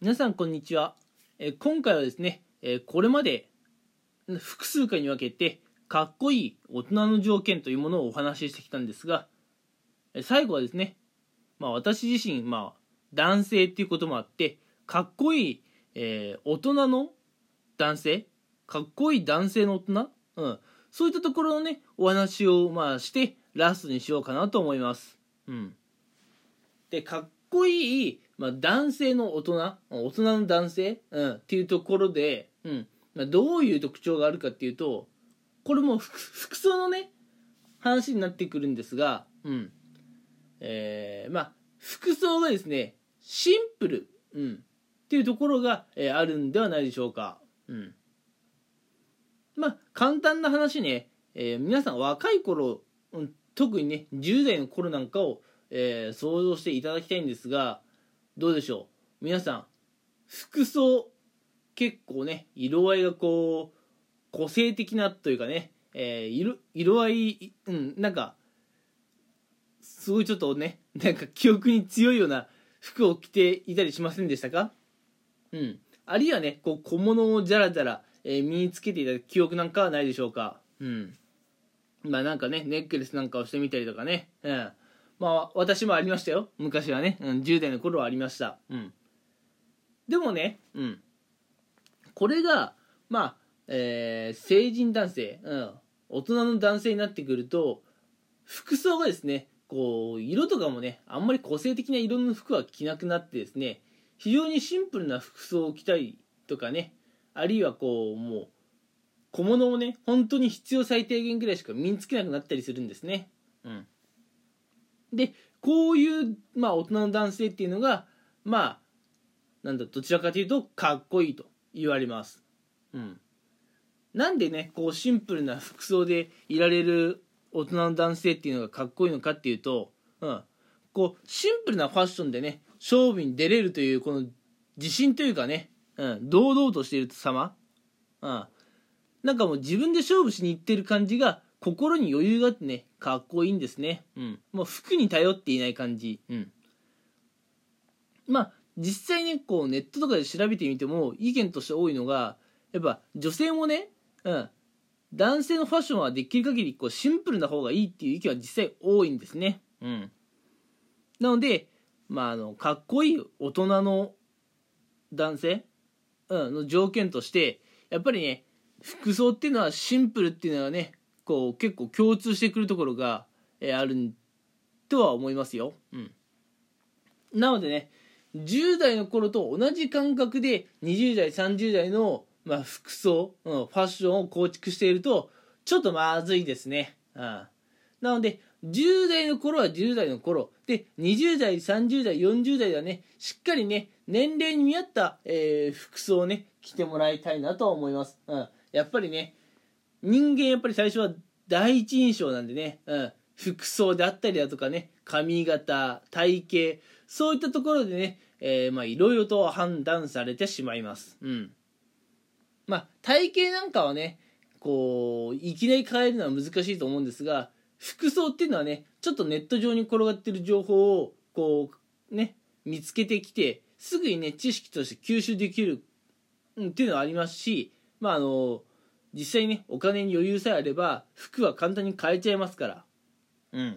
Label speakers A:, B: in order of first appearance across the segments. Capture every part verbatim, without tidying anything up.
A: 皆さんこんにちは。えー今回はですね、えーこれまで複数回に分けてかっこいい大人の条件というものをお話ししてきたんですが、えー最後はですね、まあ、私自身、まあ、男性っていうこともあってかっこいい、えー大人の男性かっこいい男性の大人、うん、そういったところのねお話を、まあ、してラストにしようかなと思います。うん、でかっこいい、まあ、男性の大人大人の男性、うん、っていうところで、うんまあ、どういう特徴があるかっていうと、これも服服装のね話になってくるんですが、うんえー、まあ服装がですねシンプル、うん、っていうところが、えーあるんではないでしょうか。うん、まあ簡単な話ね、えー皆さん若い頃、うん、特にねじゅう代の頃なんかを、えー想像していただきたいんですが、どうでしょう皆さん。服装結構ね色合いがこう個性的なというかね、えー色色合い、うん、なんかすごいちょっとねなんか記憶に強いような服を着ていたりしませんでしたか？うん、あるいはねこう小物をじゃらじゃら、えー身につけていた記憶なんかはないでしょうか？うんまあなんかねネックレスなんかをしてみたりとかね、うん、まあ私もありましたよ昔はね、うん、じゅう代の頃はありました。うん、でもね、うん、これがまあ、えー成人男性、うん、大人の男性になってくると服装がですねこう色とかもねあんまり個性的な色の服は着なくなってですね、非常にシンプルな服装を着たりとかね、あるいはこうもう小物をね本当に必要最低限ぐらいしか身につけなくなったりするんですね。うん、でこういう、まあ、大人の男性っていうのがまあなんだどちらかというとかっこいいと言われます。うん、なんでねこうシンプルな服装でいられる大人の男性っていうのがかっこいいのかっていうと、うん、こうシンプルなファッションでね勝負に出れるというこの自信というかね、うん、堂々としている様、うん、なんかもう自分で勝負しに行ってる感じが心に余裕があってねかっこいいんですね。うん、もう服に頼っていない感じ。うん、まあ実際ねこうネットとかで調べてみても意見として多いのが、やっぱ女性もね、うん、男性のファッションはできる限りこうシンプルな方がいいっていう意見は実際多いんですね。うん、なので、まあ、あのかっこいい大人の男性、うん、の条件としてやっぱりね服装っていうのはシンプルっていうのはねこう結構共通してくるところが、えーあるとは思いますよ。うん、なのでねじゅう代の頃と同じ感覚でにじゅう代さんじゅう代の、まあ、服装、うん、ファッションを構築しているとちょっとまずいですね。うん、なのでじゅう代の頃はじゅう代の頃でにじゅう代さんじゅう代よんじゅう代ではねしっかりね年齢に見合った、えー服装をね着てもらいたいなと思います。うん、やっぱりね人間やっぱり最初は第一印象なんでね、うん、服装であったりだとかね髪型体型そういったところでね、えー、まあいろいろと判断されてしまいます。うん、まあ体型なんかはねこういきなり変えるのは難しいと思うんですが、服装っていうのはねちょっとネット上に転がってる情報をこうね見つけてきてすぐにね知識として吸収できる、うん、っていうのはありますし、まああの実際ねお金に余裕さえあれば服は簡単に買えちゃいますから、うん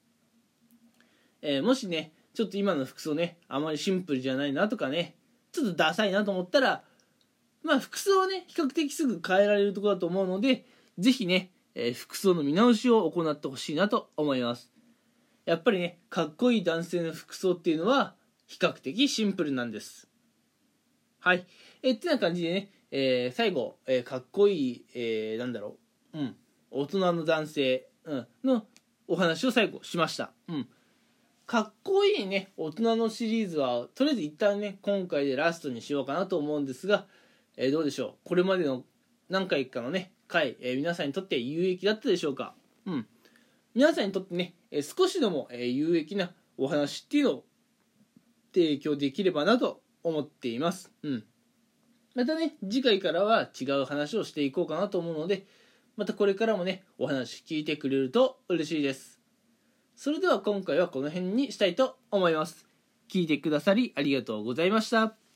A: えーもしねちょっと今の服装ねあまりシンプルじゃないなとかねちょっとダサいなと思ったら、まあ服装はね比較的すぐ変えられるところだと思うので、ぜひね、えー服装の見直しを行ってほしいなと思います。やっぱりねかっこいい男性の服装っていうのは比較的シンプルなんです。はい、えー、ってな感じでね、えー最後、えーかっこいい、えーなんだろう、うん、大人の男性、うん、のお話を最後しました。うん、かっこいいね大人のシリーズはとりあえず一旦ね今回でラストにしようかなと思うんですが、えーどうでしょうこれまでの何回かのね回、えー皆さんにとって有益だったでしょうか？うん、皆さんにとってね、えー少しでも、えー有益なお話っていうのを提供できればなと思っています。うん、またね次回からは違う話をしていこうかなと思うので、またこれからもねお話聞いてくれると嬉しいです。それでは今回はこの辺にしたいと思います。聞いてくださりありがとうございました。